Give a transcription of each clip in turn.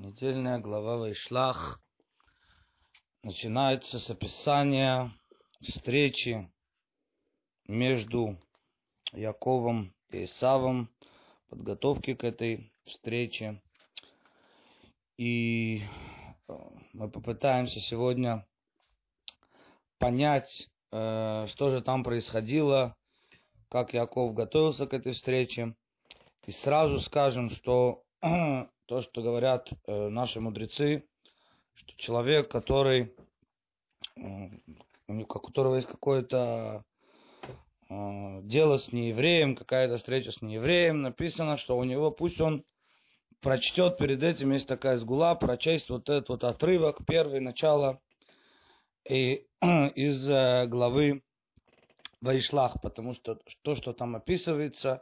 Недельная глава Вайшлах начинается с описания встречи между Яковом и Исавом, подготовки к этой встрече. И мы попытаемся сегодня понять, что же там происходило, как Яков готовился к этой встрече. И сразу скажем, что то, что говорят наши мудрецы, что человек, у которого есть какое-то дело с неевреем, какая-то встреча с неевреем, написано, что у него, пусть он прочтет перед этим, есть такая сгула, прочесть вот этот вот отрывок, первое начало из главы Вайшлах, потому что то, что там описывается,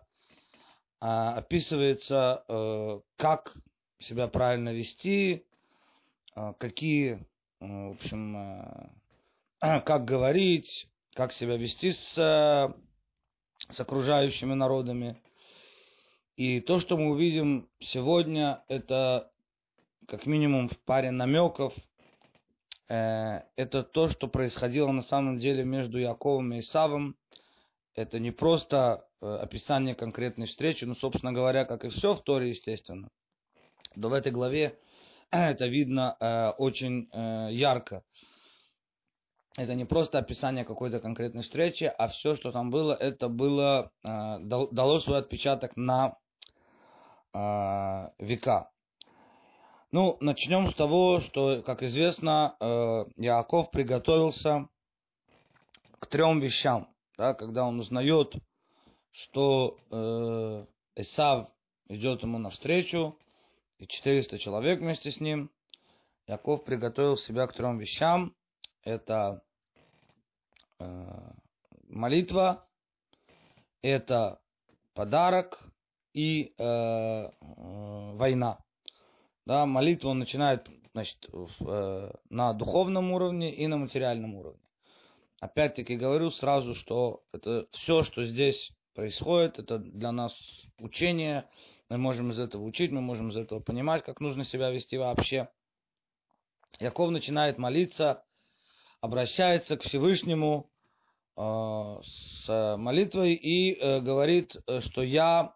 как себя правильно вести, какие, в общем, как говорить, как себя вести с окружающими народами. И то, что мы увидим сегодня, это как минимум в паре намеков, это то, что происходило на самом деле между Яковом и Исавом. Это не просто описание конкретной встречи, но, собственно говоря, как и все в Торе, естественно. Но в этой главе это видно очень ярко. Это не просто описание какой-то конкретной встречи, а все, что там было, это было, дало свой отпечаток на века. Ну, начнем с того, что, как известно, Яаков приготовился к 3 вещам. Да, когда он узнает, что Эсав идет ему навстречу, и 400 человек вместе с ним, Яаков приготовил себя к 3 вещам. Это молитва, это подарок и война. Да, молитву он начинает, значит, на духовном уровне и на материальном уровне. Опять-таки говорю сразу, что это все, что здесь происходит, это для нас учение. Мы можем из этого учить, мы можем из этого понимать, как нужно себя вести вообще. Яков начинает молиться, обращается к Всевышнему с молитвой и говорит, что я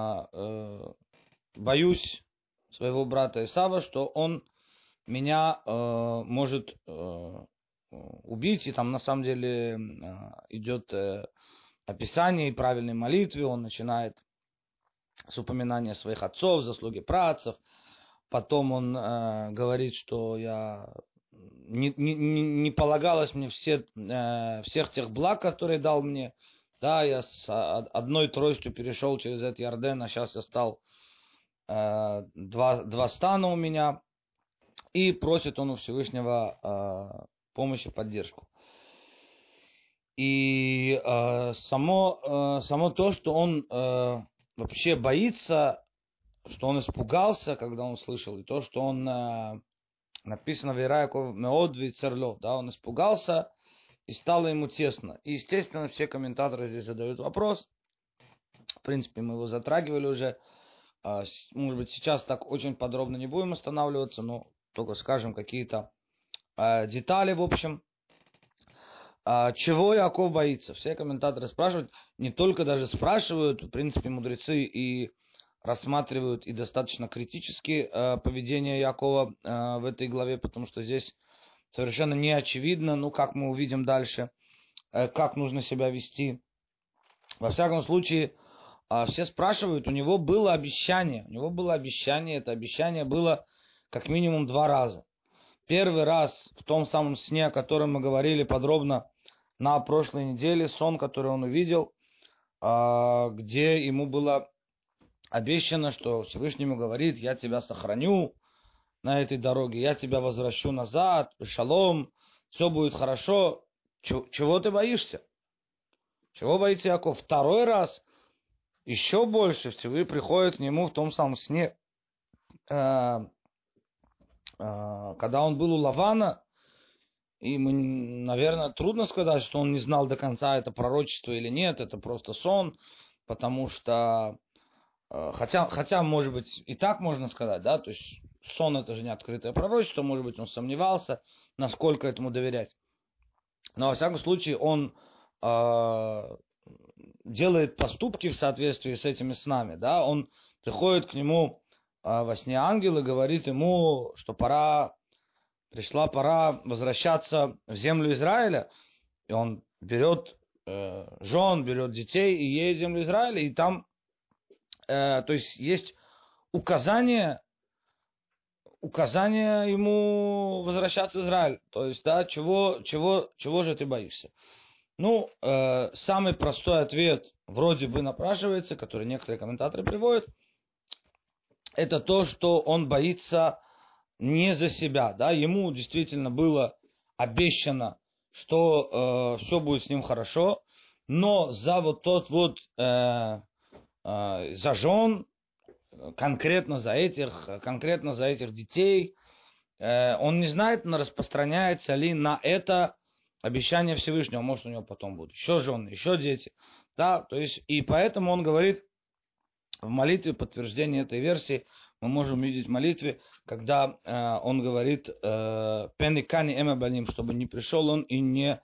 боюсь своего брата Исава, что он меня может убить. И там на самом деле идет описание и правильной молитвы. Он начинает с упоминания своих отцов, заслуги праотцев. Потом он говорит, что не полагалось мне всех тех благ, которые дал мне. Да, я с одной тростью перешел через этот Ярден, а сейчас я стал два стана у меня. И просит он у Всевышнего помощи, поддержку. И само то, что он вообще боится, что он испугался, когда он слышал, и то, что он написано в Яаков меод вицерло, да, он испугался и стало ему тесно. И, естественно, все комментаторы здесь задают вопрос. В принципе, мы его затрагивали уже. Может быть, сейчас так очень подробно не будем останавливаться, но только скажем какие-то детали, в общем. Чего Яков боится? Все комментаторы спрашивают, не только даже спрашивают, в принципе, мудрецы и рассматривают и достаточно критически поведение Якова в этой главе, потому что здесь совершенно не очевидно, ну, как мы увидим дальше, как нужно себя вести. Во всяком случае, все спрашивают, у него было обещание, это обещание было как минимум 2 раза. Первый раз в том самом сне, о котором мы говорили подробно на прошлой неделе, сон, который он увидел, где ему было обещано, что Всевышнему говорит, я тебя сохраню на этой дороге, я тебя возвращу назад, шалом, все будет хорошо. Чего ты боишься? Чего боится Яков? 2 раз, еще больше, Всевышний приходит к нему в том самом сне, когда он был у Лавана, и наверное, трудно сказать, что он не знал до конца, это пророчество или нет, это просто сон, потому что, хотя может быть, и так можно сказать, да, то есть сон это же не открытое пророчество, может быть, он сомневался, насколько этому доверять. Но, во всяком случае, он делает поступки в соответствии с этими снами, да, он приходит к нему во сне ангел и говорит ему, что пришла пора возвращаться в землю Израиля, и он берет жен, берет детей и едет в землю Израиля, и там, то есть, есть указание ему возвращаться в Израиль, то есть, да, чего же ты боишься? Ну, самый простой ответ вроде бы напрашивается, который некоторые комментаторы приводят, это то, что он боится не за себя, да, ему действительно было обещано, что все будет с ним хорошо, но за вот тот вот, за жен, конкретно за этих детей, он не знает, распространяется ли на это обещание Всевышнего, может у него потом будут еще жены, еще дети, да, то есть, и поэтому он говорит в молитве, подтверждение этой версии, мы можем увидеть в молитве, когда он говорит «Пеникани эмабаним», чтобы не пришел он и не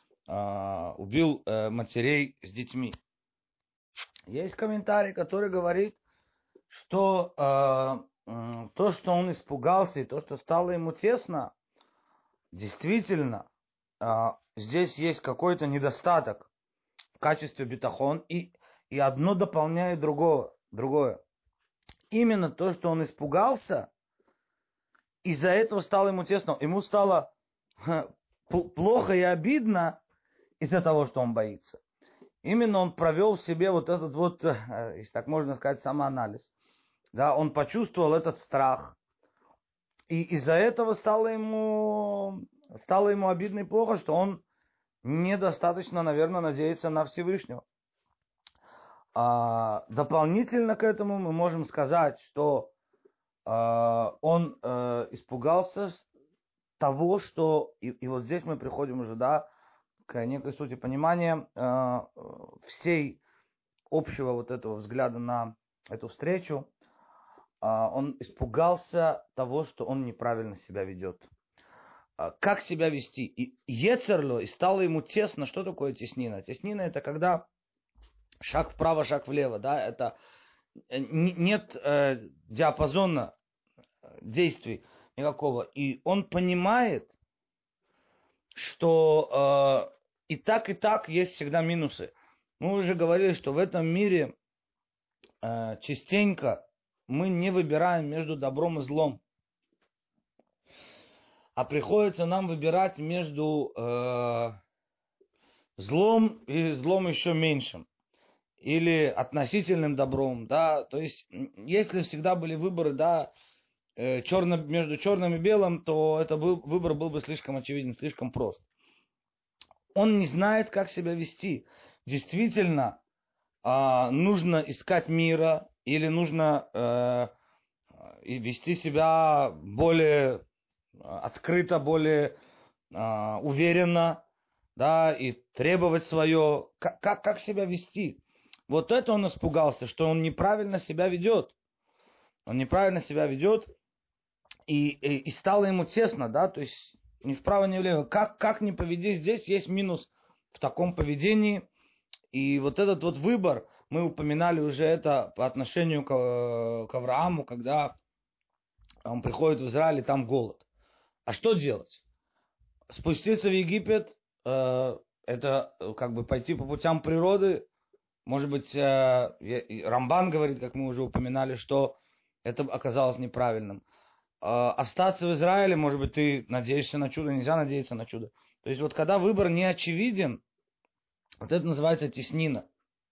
убил матерей с детьми. Есть комментарий, который говорит, что то, что он испугался, и то, что стало ему тесно, действительно, здесь есть какой-то недостаток в качестве битахон, и одно дополняет другое. Именно то, что он испугался, из-за этого стало ему тесно. Ему стало плохо и обидно из-за того, что он боится. Именно он провел в себе вот этот вот, если так можно сказать, самоанализ. Да, он почувствовал этот страх. И из-за этого стало ему обидно и плохо, что он недостаточно, наверное, надеется на Всевышнего. Дополнительно к этому мы можем сказать, что он испугался того, что... И вот здесь мы приходим уже, да, к некой сути понимания всей общего вот этого взгляда на эту встречу. Он испугался того, что он неправильно себя ведет. Как себя вести? И ецерло, и стало ему тесно. Что такое теснина? Теснина — это когда шаг вправо, шаг влево, да, это нет диапазона действий никакого. И он понимает, что и так есть всегда минусы. Мы уже говорили, что в этом мире частенько мы не выбираем между добром и злом, а приходится нам выбирать между злом и злом еще меньшим, или относительным добром, да, то есть, если всегда были выборы, да, между черным и белым, то это выбор был бы слишком очевиден, слишком прост. Он не знает, как себя вести. Действительно, нужно искать мира, или нужно вести себя более открыто, более уверенно, да, и требовать свое. Как себя вести? Вот это он испугался, что он неправильно себя ведет. Он неправильно себя ведет, и стало ему тесно, да, то есть ни вправо, ни влево. Как не поведи, здесь есть минус в таком поведении. И вот этот вот выбор, мы упоминали уже это по отношению к Аврааму, когда он приходит в Израиль, и там голод. А что делать? Спуститься в Египет, это как бы пойти по путям природы. Может быть, Рамбан говорит, как мы уже упоминали, что это оказалось неправильным. Остаться в Израиле, может быть, ты надеешься на чудо, нельзя надеяться на чудо. То есть вот когда выбор не очевиден, вот это называется теснина.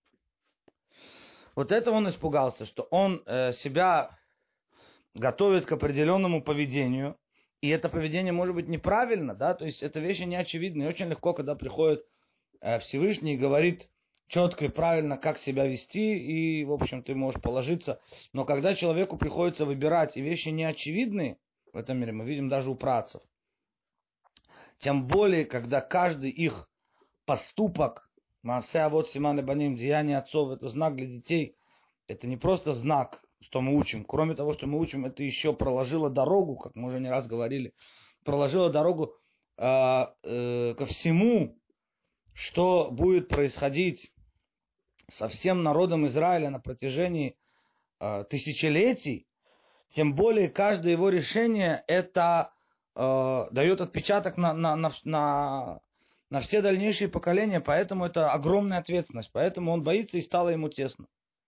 Вот это он испугался, что он себя готовит к определенному поведению, и это поведение может быть неправильно, да, то есть это вещи неочевидные. Очень легко, когда приходит Всевышний и говорит четко и правильно, как себя вести, и, в общем, ты можешь положиться. Но когда человеку приходится выбирать, и вещи неочевидные в этом мире, мы видим даже у працев, тем более, когда каждый их поступок, Маасе авот симан лебаним, деяние отцов, это знак для детей, это не просто знак что мы учим. Кроме того, что мы учим, это еще проложило дорогу, как мы уже не раз говорили, проложило дорогу ко всему, что будет происходить со всем народом Израиля на протяжении тысячелетий. Тем более каждое его решение это дает отпечаток на все дальнейшие поколения, поэтому это огромная ответственность, поэтому он боится и стало ему тесно.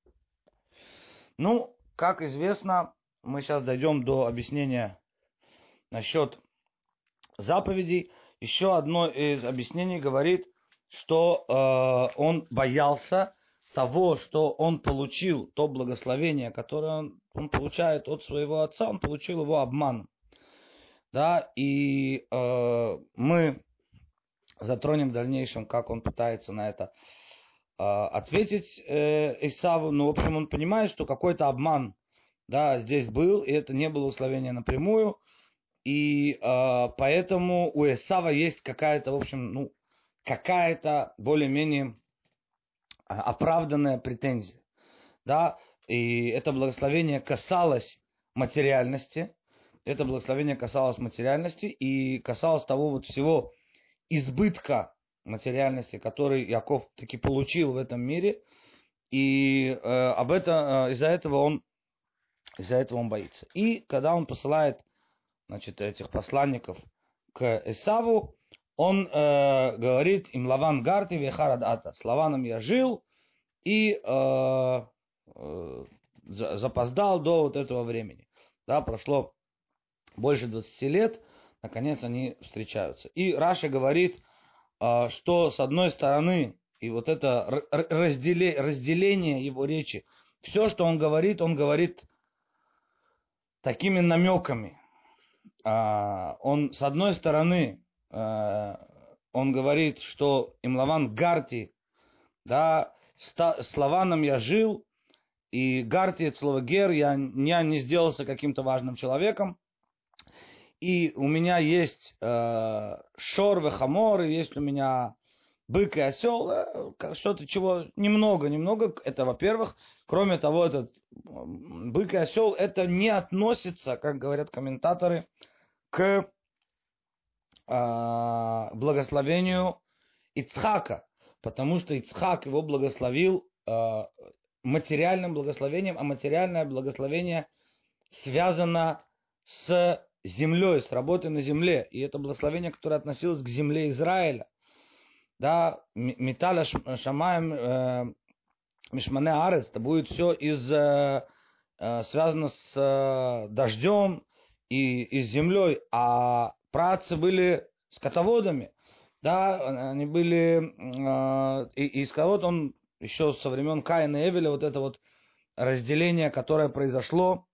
Ну, как известно, мы сейчас дойдем до объяснения насчет заповедей. Еще одно из объяснений говорит, что он боялся того, что он получил, то благословение, которое он получает от своего отца, он получил его обманом. Да, и мы затронем в дальнейшем, как он пытается на это ответить Исаву. Но, в общем, он понимает, что какой-то обман, да, здесь был, и это не было условение напрямую. И поэтому у Исава есть какая-то, в общем, ну, какая-то более-менее оправданная претензия. Да, и это благословение касалось материальности. Это благословение касалось материальности и касалось того вот всего избытка материальности, который Яков таки получил в этом мире. И из-за этого он боится. И когда он посылает, значит, этих посланников к Эсаву, он говорит им: Лаван гарти вехарад ата. С Лаваном я жил и запоздал до вот этого времени. Да, прошло больше 20 лет, наконец они встречаются. И Раши говорит, что с одной стороны, и вот это разделение его речи, все, что он говорит такими намеками. Он, с одной стороны, он говорит, что им Лаван гарти, да, с Лаваном я жил, и гарти, это слово гер, я не сделался каким-то важным человеком, и у меня есть шор вехамор, и есть у меня бык и осел, что-то чего немного, это во-первых. Кроме того, этот бык и осел, это не относится, как говорят комментаторы, к благословению Ицхака, потому что Ицхак его благословил материальным благословением, а материальное благословение связано с землей, с работой на земле. И это благословение, которое относилось к земле Израиля. Да, металла шамаем мишмане арец, это будет все связано с дождем и с землей. А праотцы были скотоводами. Да, они были, и скотовод, он еще со времен Каина и Эвеля, вот это вот разделение, которое произошло,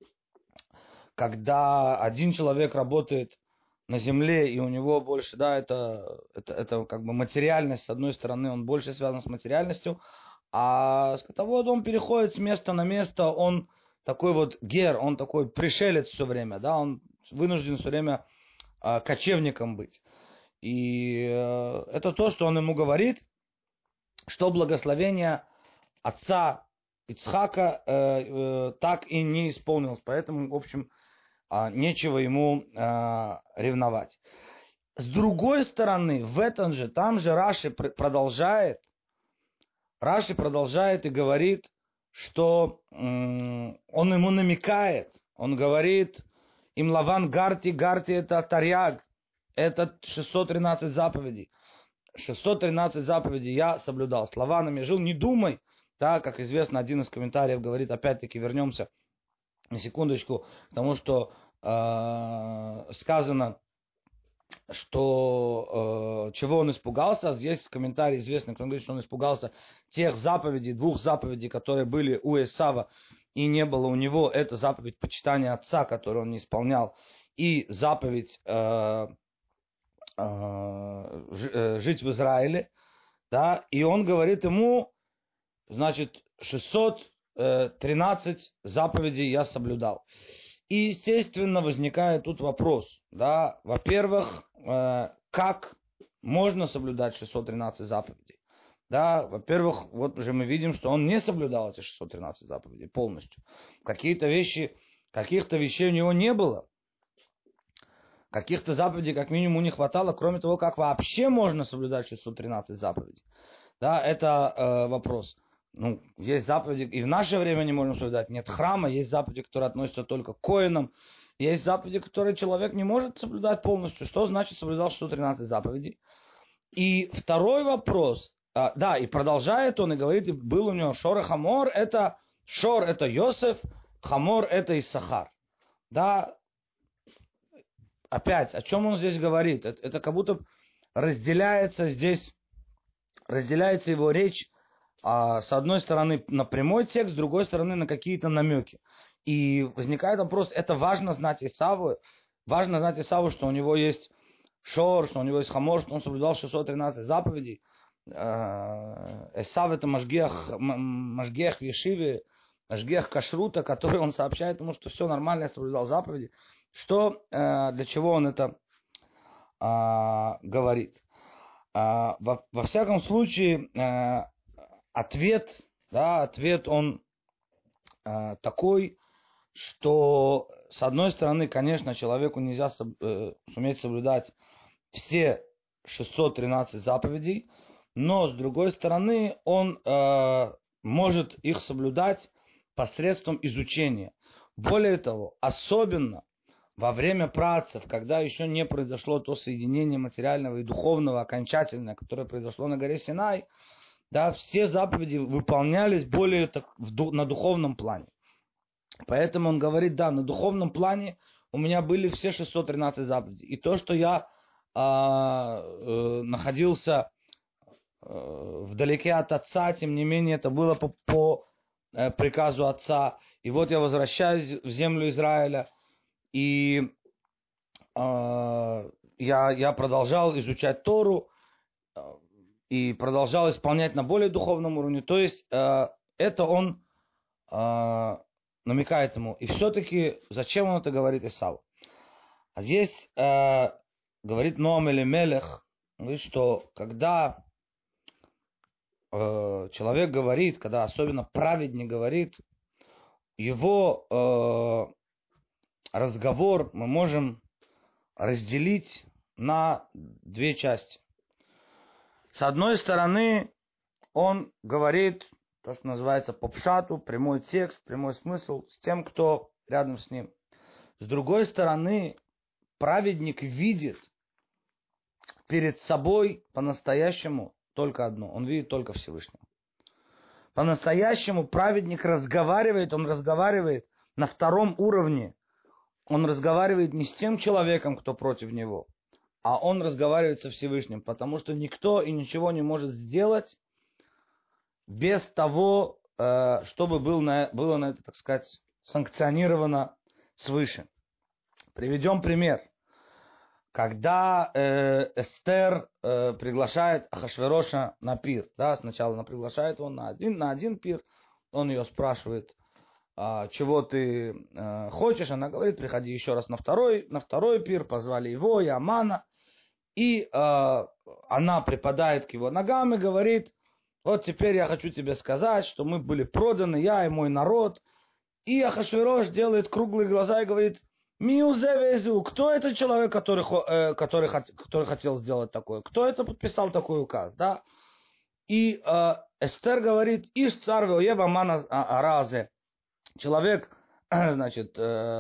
когда один человек работает на земле, и у него больше, да, это как бы материальность, с одной стороны, он больше связан с материальностью, а скотовод, он переходит с места на место, он такой вот гер, он такой пришелец все время, да, он вынужден все время кочевником быть. И это то, что он ему говорит, что благословение отца Ицхака так и не исполнилось. Поэтому, в общем, нечего ему ревновать. С другой стороны, там же Раши продолжает и говорит, что он ему намекает. Он говорит, им Лаван гарти это тарьяг, это 613 заповедей. 613 заповедей я соблюдал. С Лаваном я жил, не думай. Да, как известно, один из комментариев говорит, опять-таки вернемся на секундочку к тому, что сказано, что чего он испугался. Здесь комментарий известный, кто говорит, что он испугался тех заповедей, 2 заповедей, которые были у Исава, и не было у него. Это заповедь почитания отца, которую он не исполнял, и заповедь жить в Израиле. Да, и он говорит ему, значит, 613 заповедей я соблюдал. И, естественно, возникает тут вопрос, да, во-первых, как можно соблюдать 613 заповедей? Да, во-первых, вот уже мы видим, что он не соблюдал эти 613 заповедей полностью. Каких-то вещей у него не было. Каких-то заповедей, как минимум, не хватало, кроме того, как вообще можно соблюдать 613 заповедей. Да, это вопрос. Ну, есть заповеди, и в наше время не можем соблюдать. Нет храма, есть заповеди, которые относятся только к коинам. Есть заповеди, которые человек не может соблюдать полностью. Что значит соблюдал 613 заповедей? И второй вопрос. Да, и продолжает он и говорит, и был у него Шор и Хамор, это Шор это Йосеф, Хамор это Иссахар. Да, опять, о чем он здесь говорит? Это как будто разделяется его речь, с одной стороны на прямой текст, с другой стороны на какие-то намеки. И возникает вопрос, это важно знать Исаву, что у него есть Шор, что у него есть Хамор, что он соблюдал 613 заповедей. Исав это Машгех в Ешиве, Машгех Кашрута, который он сообщает ему, что все нормально, я соблюдал заповеди. Для чего он это говорит? Во всяком случае, ответ он такой, что с одной стороны, конечно, человеку нельзя суметь соблюдать все 613 заповедей, но с другой стороны, он может их соблюдать посредством изучения. Более того, особенно во время працев, когда еще не произошло то соединение материального и духовного окончательное, которое произошло на горе Синай, да, все заповеди выполнялись более на духовном плане. Поэтому он говорит, да, на духовном плане у меня были все 613 заповедей. И то, что я находился вдалеке от отца, тем не менее, это было по приказу отца. И вот я возвращаюсь в землю Израиля, и я продолжал изучать Тору и продолжал исполнять на более духовном уровне. То есть это он намекает ему. И все-таки зачем он это говорит Исаву? А здесь говорит Ноам Элимелех, говорит, что когда человек говорит, когда особенно праведник говорит, его разговор мы можем разделить на две части. С одной стороны, он говорит то, что называется по пшату, прямой текст, прямой смысл с тем, кто рядом с ним. С другой стороны, праведник видит перед собой по-настоящему только одно. Он видит только Всевышнего. По-настоящему праведник разговаривает, он разговаривает на втором уровне. Он разговаривает не с тем человеком, кто против него, а он разговаривает со Всевышним, потому что никто и ничего не может сделать без того, чтобы было на это, так сказать, санкционировано свыше. Приведем пример. Когда Эстер приглашает Ахашвероша на пир, да, сначала она приглашает его на один пир, он ее спрашивает, чего ты хочешь, она говорит, приходи еще раз на второй пир, позвали его и Амана, и она припадает к его ногам и говорит, вот теперь я хочу тебе сказать, что мы были проданы, я и мой народ, и Ахашверош делает круглые глаза и говорит, Миузевезу, кто это человек, который хотел сделать такое? Кто это подписал такой указ? Да? И Эстер говорит, Иш царь Веоева Мана Аразе. Человек, значит,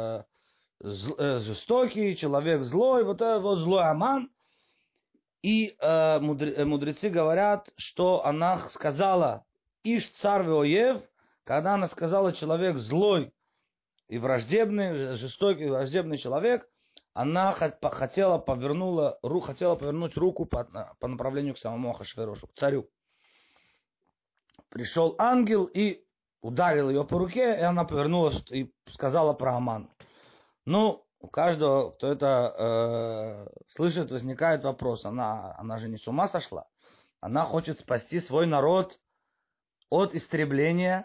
жестокий, человек злой, вот злой Аман. И мудрецы говорят, что она сказала, Иш царь Веоев, когда она сказала, человек злой, и враждебный, жестокий, враждебный человек, она хотела повернуть руку по направлению к самому Ахашверошу, к царю. Пришел ангел и ударил ее по руке, и она повернулась и сказала про Аман. Ну, у каждого, кто это слышит, возникает вопрос. Она же не с ума сошла. Она хочет спасти свой народ от истребления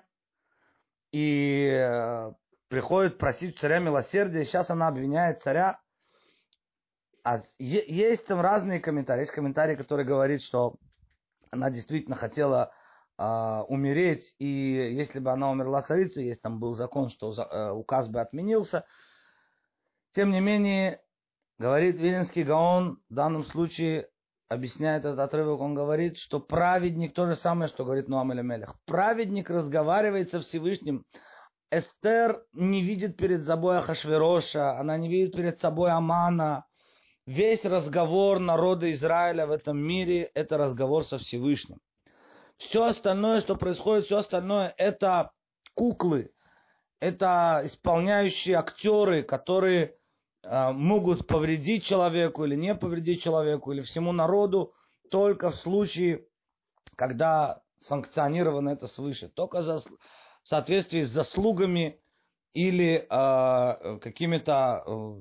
и приходит просить царя милосердия, сейчас она обвиняет царя. Есть там разные комментарии. Есть комментарий, который говорит, что она действительно хотела умереть, и если бы она умерла царицей, если там был закон, что указ бы отменился, тем не менее, говорит Виленский Гаон, в данном случае объясняет этот отрывок, он говорит, что праведник, то же самое, что говорит Нуам эль-Мелех, праведник разговаривает со Всевышним. Эстер не видит перед собой Ахашвероша, она не видит перед собой Амана. Весь разговор народа Израиля в этом мире – это разговор со Всевышним. Все остальное, что происходит, все остальное – это куклы, это исполняющие актеры, которые могут повредить человеку или не повредить человеку, или всему народу, только в случае, когда санкционировано это свыше, только в соответствии с заслугами или какими-то,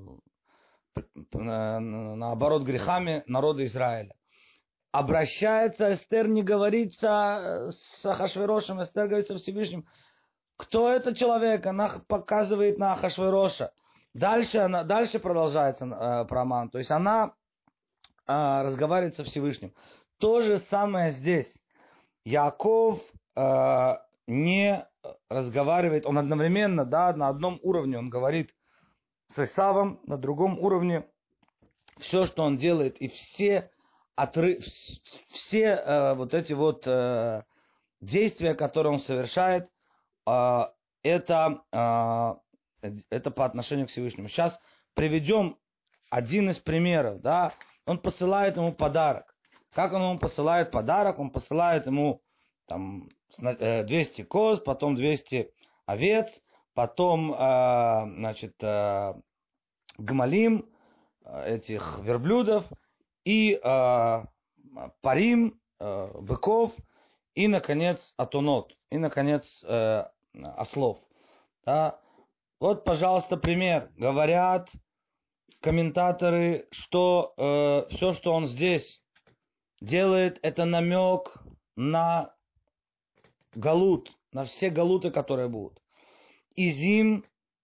наоборот, грехами народа Израиля. Обращается Эстер, не говорится с Ахашверошем, Эстер говорит со Всевышним. Кто этот человек? Она показывает на Ахашвероша. Дальше продолжается про Аман. То есть она разговаривает со Всевышним. То же самое здесь. Яаков не разговаривает, он одновременно, да, на одном уровне он говорит с Исавом, на другом уровне все, что он делает, и все вот эти вот действия, которые он совершает, это по отношению к Всевышнему. Сейчас приведем один из примеров. Да? Он посылает ему подарок. Как он ему посылает подарок? Он посылает ему там, 200 коз, потом 200 овец, потом гмалим, этих верблюдов, и парим, быков, и, наконец, атонот, и, наконец, ослов. Да? Вот, пожалуйста, пример. Говорят комментаторы, что все, что он здесь делает, это намек на галут, на все галуты, которые будут. Изим,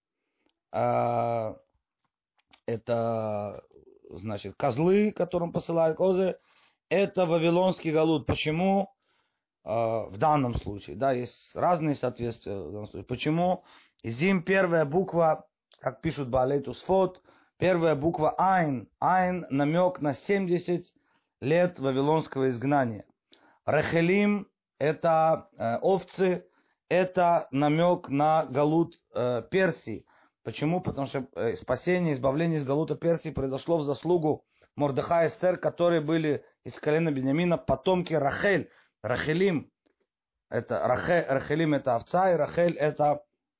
это, значит, козлы, которым посылают козы, это вавилонский галут. Почему? В данном случае, да, есть разные соответствия в данном случае. Почему? Изим, первая буква, как пишут Баалей Тосфот, первая буква Айн. Айн намек на 70 лет вавилонского изгнания. Рахелим это овцы, это намек на галут Персии. Почему? Потому что спасение, избавление из галута Персии произошло в заслугу Мордеха и Эстер, которые были из колена Беньямина, потомки Рахель. Рахелим, это Рахелим это овца, и Рахель это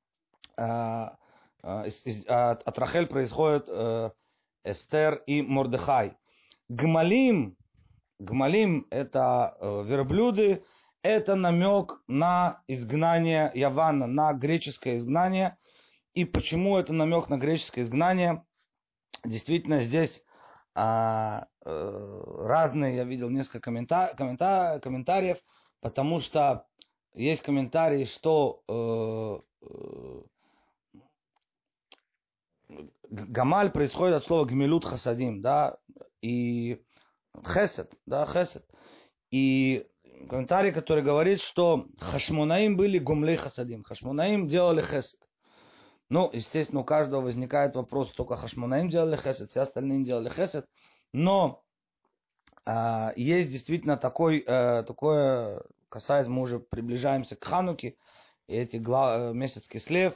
от Рахель происходит Эстер и Мордехай. Гмалим это верблюды, это намек на изгнание Явана, на греческое изгнание. И почему это намек на греческое изгнание? Действительно, здесь разные, я видел несколько комментариев, потому что есть комментарии, что гамаль происходит от слова гмилут хасадим, да, и хесед, да, хесед. И комментарий, который говорит, что хашмонаим были гумлей хасадим, хашмонаим делали хесед. Ну, естественно, у каждого возникает вопрос, только хашмонаим делали хесед, все остальные не делали хесед. Но есть действительно такое, касается, мы уже приближаемся к Хануке, и эти месяц Кислев.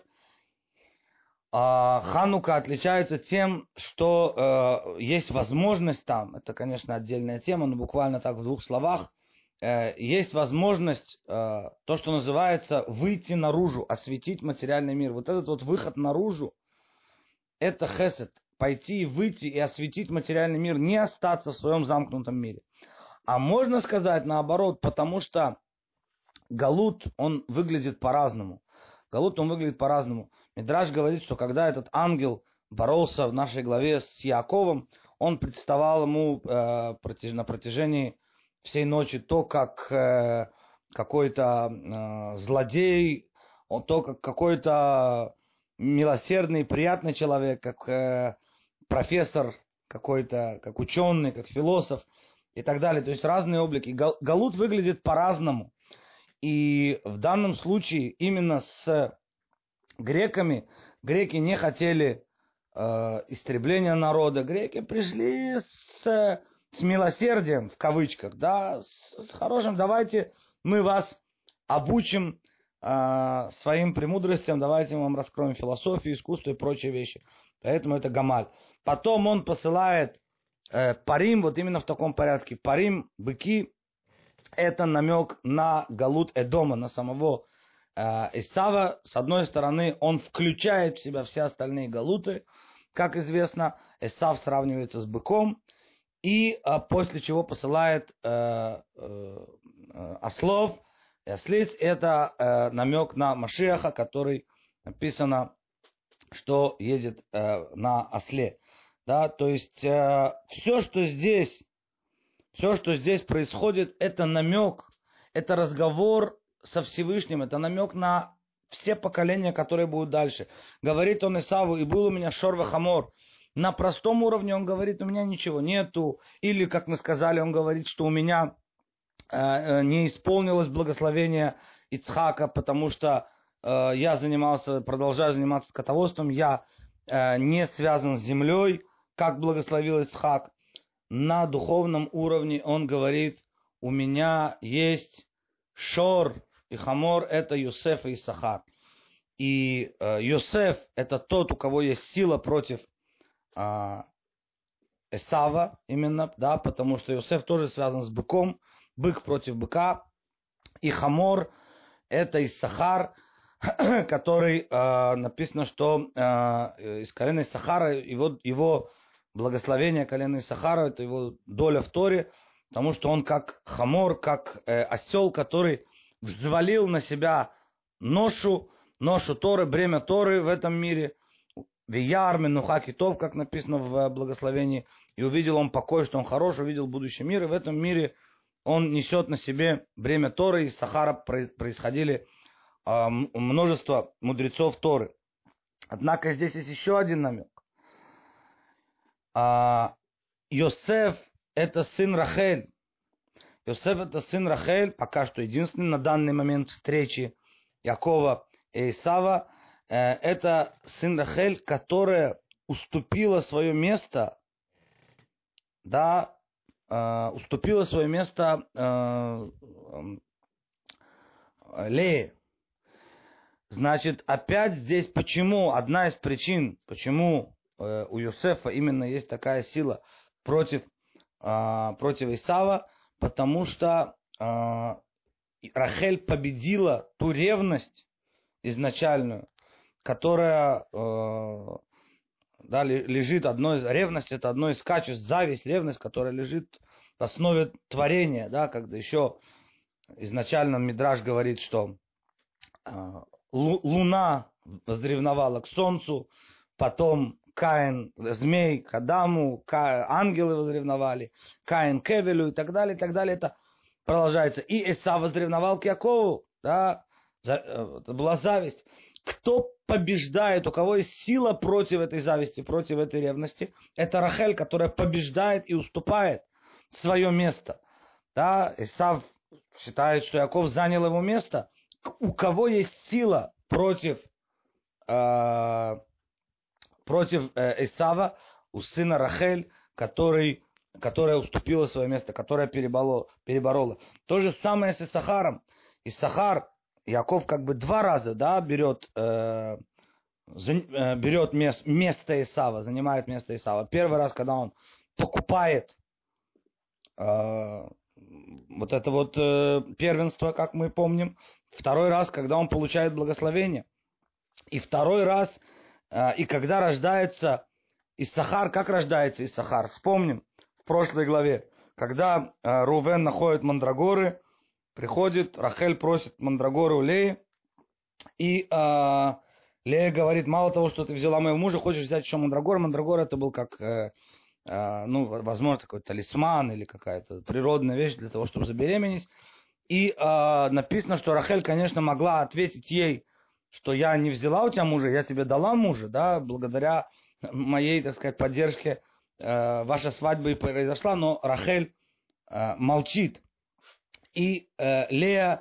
Ханука отличается тем, что есть возможность там, это, конечно, отдельная тема, но буквально так в двух словах, есть возможность, то, что называется, выйти наружу, осветить материальный мир. Вот этот вот выход наружу, это хесед. Пойти, выйти и осветить материальный мир, не остаться в своем замкнутом мире. А можно сказать наоборот, потому что галут, он выглядит по-разному. Галут, он выглядит по-разному. Мидраш говорит, что когда этот ангел боролся в нашей главе с Яаковом, он представал ему на протяжении всей ночи то, как какой-то злодей, то, как какой-то милосердный, приятный человек, как профессор какой-то, как ученый, как философ. и так далее. То есть разные облики. Галут выглядит по-разному. И в данном случае именно с греками, греки не хотели истребления народа, греки пришли с милосердием, в кавычках, да, с хорошим, давайте мы вас обучим своим премудростям, давайте мы вам раскроем философию, искусство и прочие вещи. Поэтому это Гамаль. Потом он посылает парим, вот именно в таком порядке. Парим, быки, это намек на Галут Эдома, на самого Исава. С одной стороны, он включает в себя все остальные галуты. Как известно, Исав сравнивается с быком. И после чего посылает ослов и ослиц. Это намек на Машиаха, который написано, что едет на осле. Да, то есть все, что здесь происходит, это намек, это разговор со Всевышним, это намек на все поколения, которые будут дальше. Говорит он Исаву: и был у меня шор вехамор. На простом уровне он говорит: у меня ничего нету. Или, как мы сказали, он говорит, что у меня не исполнилось благословение Ицхака, потому что я продолжаю заниматься скотоводством, я не связан с землей, как благословил Ицхак. На духовном уровне он говорит: у меня есть шор и хамор, это Йосеф и Исахар. И Йосеф это тот, у кого есть сила против Эсава, именно, да, потому что Йосеф тоже связан с быком, бык против быка. И хамор это Исахар, который написано, что из колена Исахара его благословение колена Исахара, это его доля в Торе, потому что он как хамор, как осел, который взвалил на себя ношу Торы, бремя Торы в этом мире. Вияр, Менуха, Китов, как написано в благословении. И увидел он покой, что он хорош, увидел будущий мир. И в этом мире он несет на себе бремя Торы. Из Сахара происходили множество мудрецов Торы. Однако здесь есть еще один намек. Йосеф это сын Рахель. Йосеф это сын Рахель, пока что единственный на данный момент встречи Якова и Исава. Это сын Рахель, которая уступила свое место, да, уступила свое место Лее. Значит, опять здесь почему, одна из причин, почему у Йосефа именно есть такая сила против Исава, потому что Рахель победила ту ревность изначальную, которая лежит ревность, это одно из качеств, зависть, ревность, которая лежит в основе творения, да, когда еще изначально Мидраш говорит, что луна возревновала к солнцу, потом Каин, змей к Адаму, ангелы возревновали, Каин к Эвелю и так далее, это продолжается. И Эсав возревновал к Якову, да, это была зависть. Кто побеждает, у кого есть сила против этой зависти, против этой ревности, это Рахель, которая побеждает и уступает свое место. Да, Исав считает, что Яков занял его место. У кого есть сила против Исава, у сына Рахель, которая уступила свое место, которая переборола. То же самое с Исахаром. Исахар, Яков как бы два раза, да, берет место Исава, занимает место Исава. Первый раз, когда он покупает вот это вот первенство, как мы помним. Второй раз, когда он получает благословение. И второй раз, и когда рождается Иссахар, как рождается Иссахар? Вспомним в прошлой главе, когда Рувен находит мандрагоры, приходит, Рахель просит мандрагоры у Леи, и Лея говорит: мало того, что ты взяла моего мужа, хочешь взять еще мандрагоры. Мандрагора это был как, возможно, такой талисман или какая-то природная вещь для того, чтобы забеременеть. И написано, что Рахель, конечно, могла ответить ей, что я не взяла у тебя мужа, я тебе дала мужа, да, благодаря моей, так сказать, поддержке ваша свадьба и произошла, но Рахель молчит. И Лея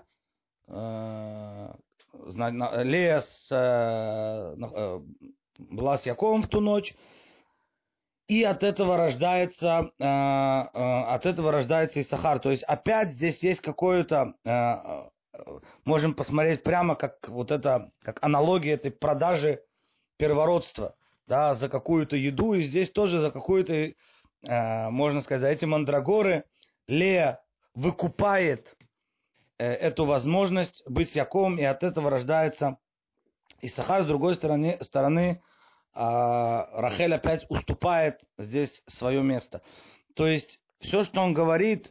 была с Яковом в ту ночь, и от этого рождается Исахар. То есть опять здесь есть какое-то, можем посмотреть прямо как вот это, как аналогия этой продажи первородства, да, за какую-то еду, и здесь тоже за какую-то, можно сказать, за эти мандрагоры Лея выкупает эту возможность быть с Яковом, и от этого рождается Исахар. С другой стороны Рахель опять уступает здесь свое место. То есть все, что он говорит,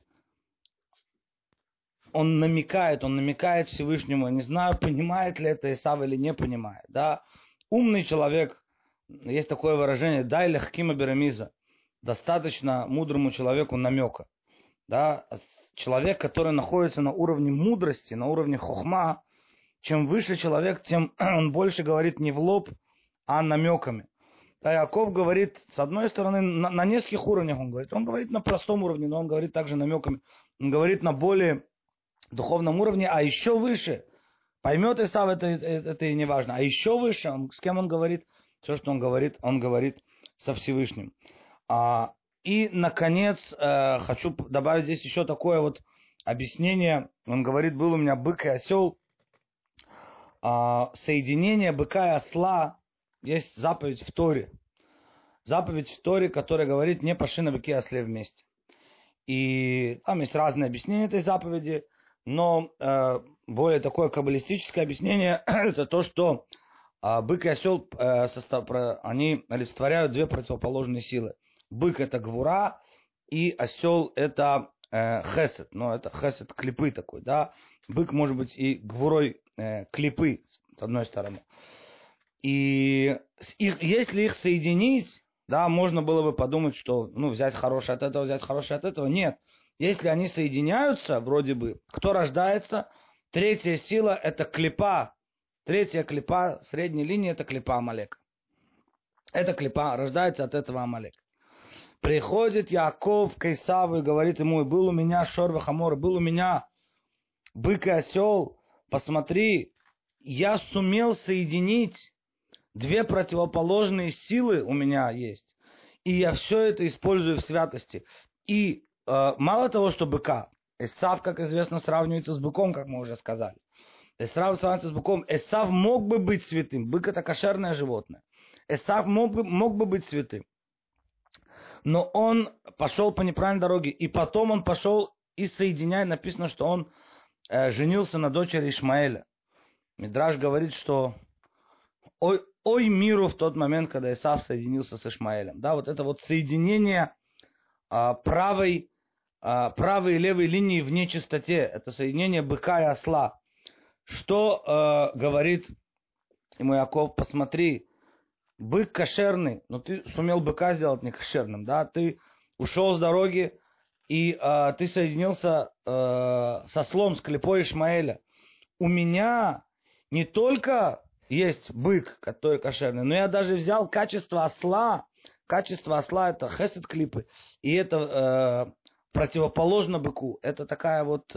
он намекает Всевышнему. Не знаю, понимает ли это Исав или не понимает. Да? Умный человек, есть такое выражение, дай лехкима беремиза, достаточно мудрому человеку намека. Да? Человек, который находится на уровне мудрости, на уровне хохма, чем выше человек, тем он больше говорит не в лоб, а намеками. Да, Яков говорит, с одной стороны, на нескольких уровнях он говорит на простом уровне, но он говорит также намеками, он говорит на более духовном уровне, а еще выше, поймет Исав, это и не важно, а еще выше, с кем он говорит, все, что он говорит со Всевышним. И, наконец, хочу добавить здесь еще такое вот объяснение, он говорит, был у меня бык и осел, соединение быка и осла. Есть заповедь в Торе. Заповедь в Торе, которая говорит, не паши на быке и осле вместе. И там есть разные объяснения этой заповеди, но более такое каббалистическое объяснение, это то, что бык и осел, они олицетворяют две противоположные силы. Бык это гвура, и осел это хесед. Но это хесед клипы такой, да. Бык может быть и гвурой клипы, с одной стороны. И если их соединить, да, можно было бы подумать, что взять хорошее от этого, взять хорошее от этого. Нет. Если они соединяются, вроде бы, кто рождается? Третья сила это клипа. Третья клипа средней линии это клипа Амалека. Эта клипа рождается от этого Амалека. Приходит Яков к Исаву и говорит ему, и был у меня шор вахамор, был у меня бык и осел, посмотри, я сумел соединить две противоположные силы у меня есть, и я все это использую в святости. И мало того, что быка, Исав, как известно, сравнивается с быком, как мы уже сказали. Исав сравнивается с быком. Исав мог бы быть святым, бык это кошерное животное. Исав мог бы быть святым. Но он пошел по неправильной дороге, и потом он пошел и соединяет, написано, что он женился на дочери Ишмаэля. Мидраш говорит, что ой миру в тот момент, когда Исав соединился с Ишмаэлем. Да, вот это вот соединение правой и левой линии в нечистоте, это соединение быка и осла. Что говорит ему Яков, посмотри, бык кошерный, но ты сумел быка сделать некошерным, да, ты ушел с дороги, и ты соединился со ослом, с клипой Ишмаэля. У меня не только есть бык, который кошерный, но я даже взял качество осла. Качество осла это хесед клипы, и это противоположно быку. Это такая вот,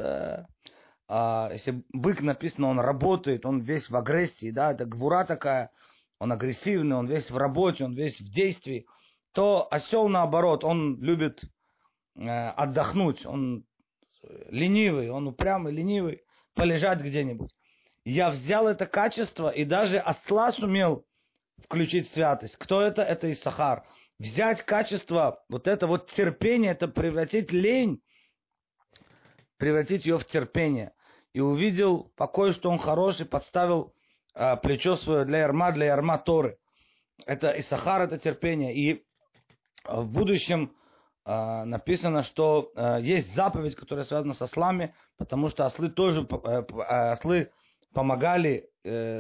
если бык написано, он работает, он весь в агрессии, да, это гвура такая, он агрессивный, он весь в работе, он весь в действии, то осел наоборот, он любит отдохнуть, он ленивый, он упрямый, ленивый, полежать где-нибудь. Я взял это качество и даже осла сумел включить в святость. Кто это? Это Исахар. Взять качество, вот это вот терпение, это превратить лень, превратить ее в терпение. И увидел покой, что он хороший, подставил плечо свое для ярма Торы. Это Исахар, это терпение. И в будущем написано, что есть заповедь, которая связана с ослами, потому что ослы помогали,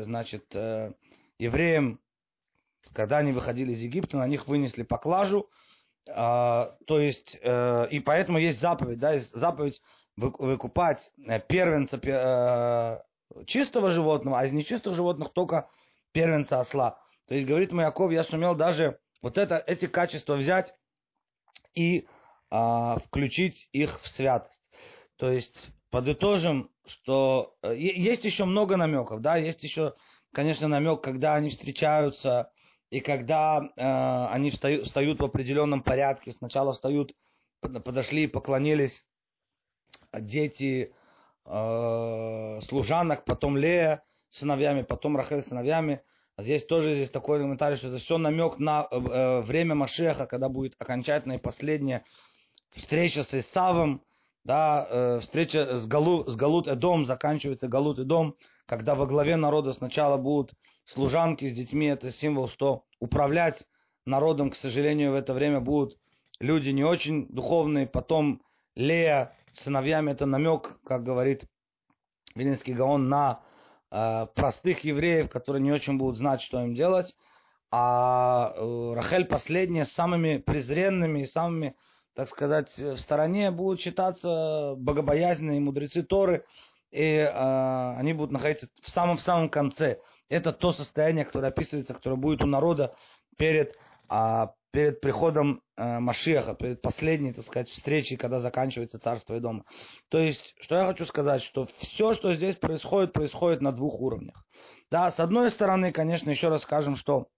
евреям, когда они выходили из Египта, на них вынесли поклажу. То есть, и поэтому есть заповедь, да, есть заповедь выкупать первенца чистого животного, а из нечистых животных только первенца осла. То есть, говорит ему Яков, я сумел даже вот эти качества взять и включить их в святость. То есть подытожим, что есть еще много намеков, да, есть еще, конечно, намек, когда они встречаются и когда они встают в определенном порядке. Сначала встают, подошли и поклонились дети служанок, потом Лея с сыновьями, потом Рахель с сыновьями. А здесь тоже есть такой комментарий, что это все намек на время Машеха, когда будет окончательная и последняя встреча с Исавом, да, встреча с Галут Эдом, заканчивается Галут Эдом, когда во главе народа сначала будут служанки с детьми, это символ, что управлять народом, к сожалению, в это время будут люди не очень духовные, потом Лея с сыновьями, это намек, как говорит Вилинский Гаон, на простых евреев, которые не очень будут знать, что им делать, а Рахель последняя с самыми презренными и самыми, так сказать, в стороне будут считаться богобоязненные мудрецы Торы, и они будут находиться в самом конце. Это то состояние, которое описывается, которое будет у народа перед приходом Машиаха, перед последней, так сказать, встречей, когда заканчивается царство Эдома. То есть, что я хочу сказать, что все, что здесь происходит, происходит на двух уровнях. Да, с одной стороны, конечно, еще раз скажем, что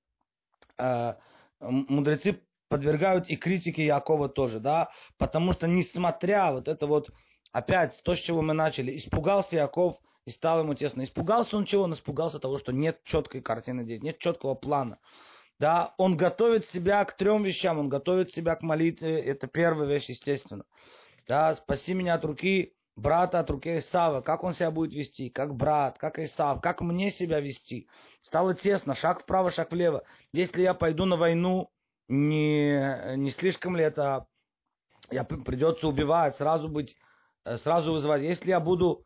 мудрецы подвергают и критике Якова тоже, да, потому что несмотря вот это вот, опять, то, с чего мы начали, испугался Яков и стало ему тесно. Испугался он чего? Он испугался того, что нет четкой картины действий, нет четкого плана. Да, он готовит себя к 3 вещам, он готовит себя к молитве, это первая вещь, естественно. Да, спаси меня от руки брата, от руки Исава, как он себя будет вести, как брат, как Исав, как мне себя вести. Стало тесно, шаг вправо, шаг влево. Если я пойду на войну, не слишком ли это, придется убивать, сразу вызывать. Если я буду,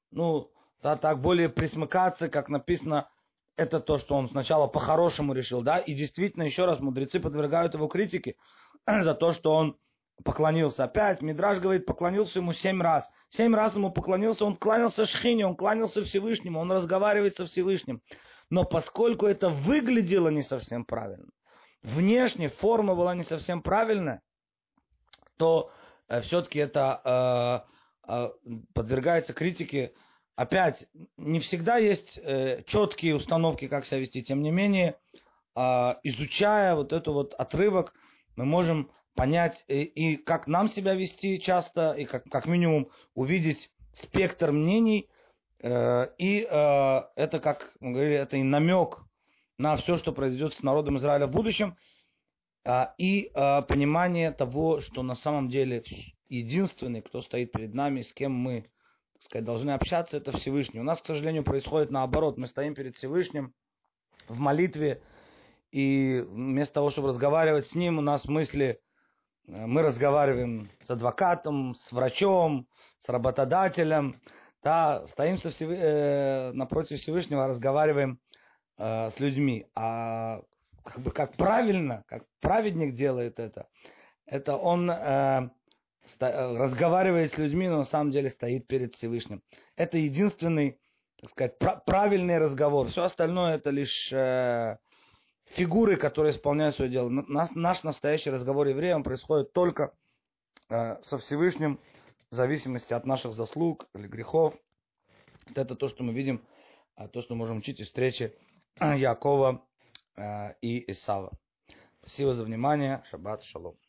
так более присмыкаться, как написано, это то, что он сначала по-хорошему решил, да, и действительно, еще раз, мудрецы подвергают его критике за то, что он поклонился. Опять, Мидраш говорит, поклонился ему 7 раз. 7 раз ему поклонился, он кланялся Шхине, он кланялся Всевышнему, он разговаривает со Всевышним. Но поскольку это выглядело не совсем правильно, внешне форма была не совсем правильная, то все-таки это подвергается критике. Опять, не всегда есть четкие установки, как себя вести. Тем не менее, изучая вот этот вот отрывок, мы можем понять и как нам себя вести часто, и как минимум увидеть спектр мнений. И это, как мы говорили, это и намек на все, что произойдет с народом Израиля в будущем. И понимание того, что на самом деле единственный, кто стоит перед нами, с кем мы, так сказать, должны общаться, это Всевышний. У нас, к сожалению, происходит наоборот. Мы стоим перед Всевышним в молитве, и вместо того, чтобы разговаривать с Ним, у нас мысли, мы разговариваем с адвокатом, с врачом, с работодателем, да, стоим напротив Всевышнего, разговариваем с людьми. А как правильно, как праведник делает это он разговаривает с людьми, но на самом деле стоит перед Всевышним. Это единственный, так сказать, правильный разговор. Все остальное это лишь фигуры, которые исполняют свое дело. Наш настоящий разговор евреям происходит только со Всевышним, в зависимости от наших заслуг или грехов. Это то, что мы видим, то, что мы можем учить из встречи Якова и Исава. Спасибо за внимание. Шаббат шалом.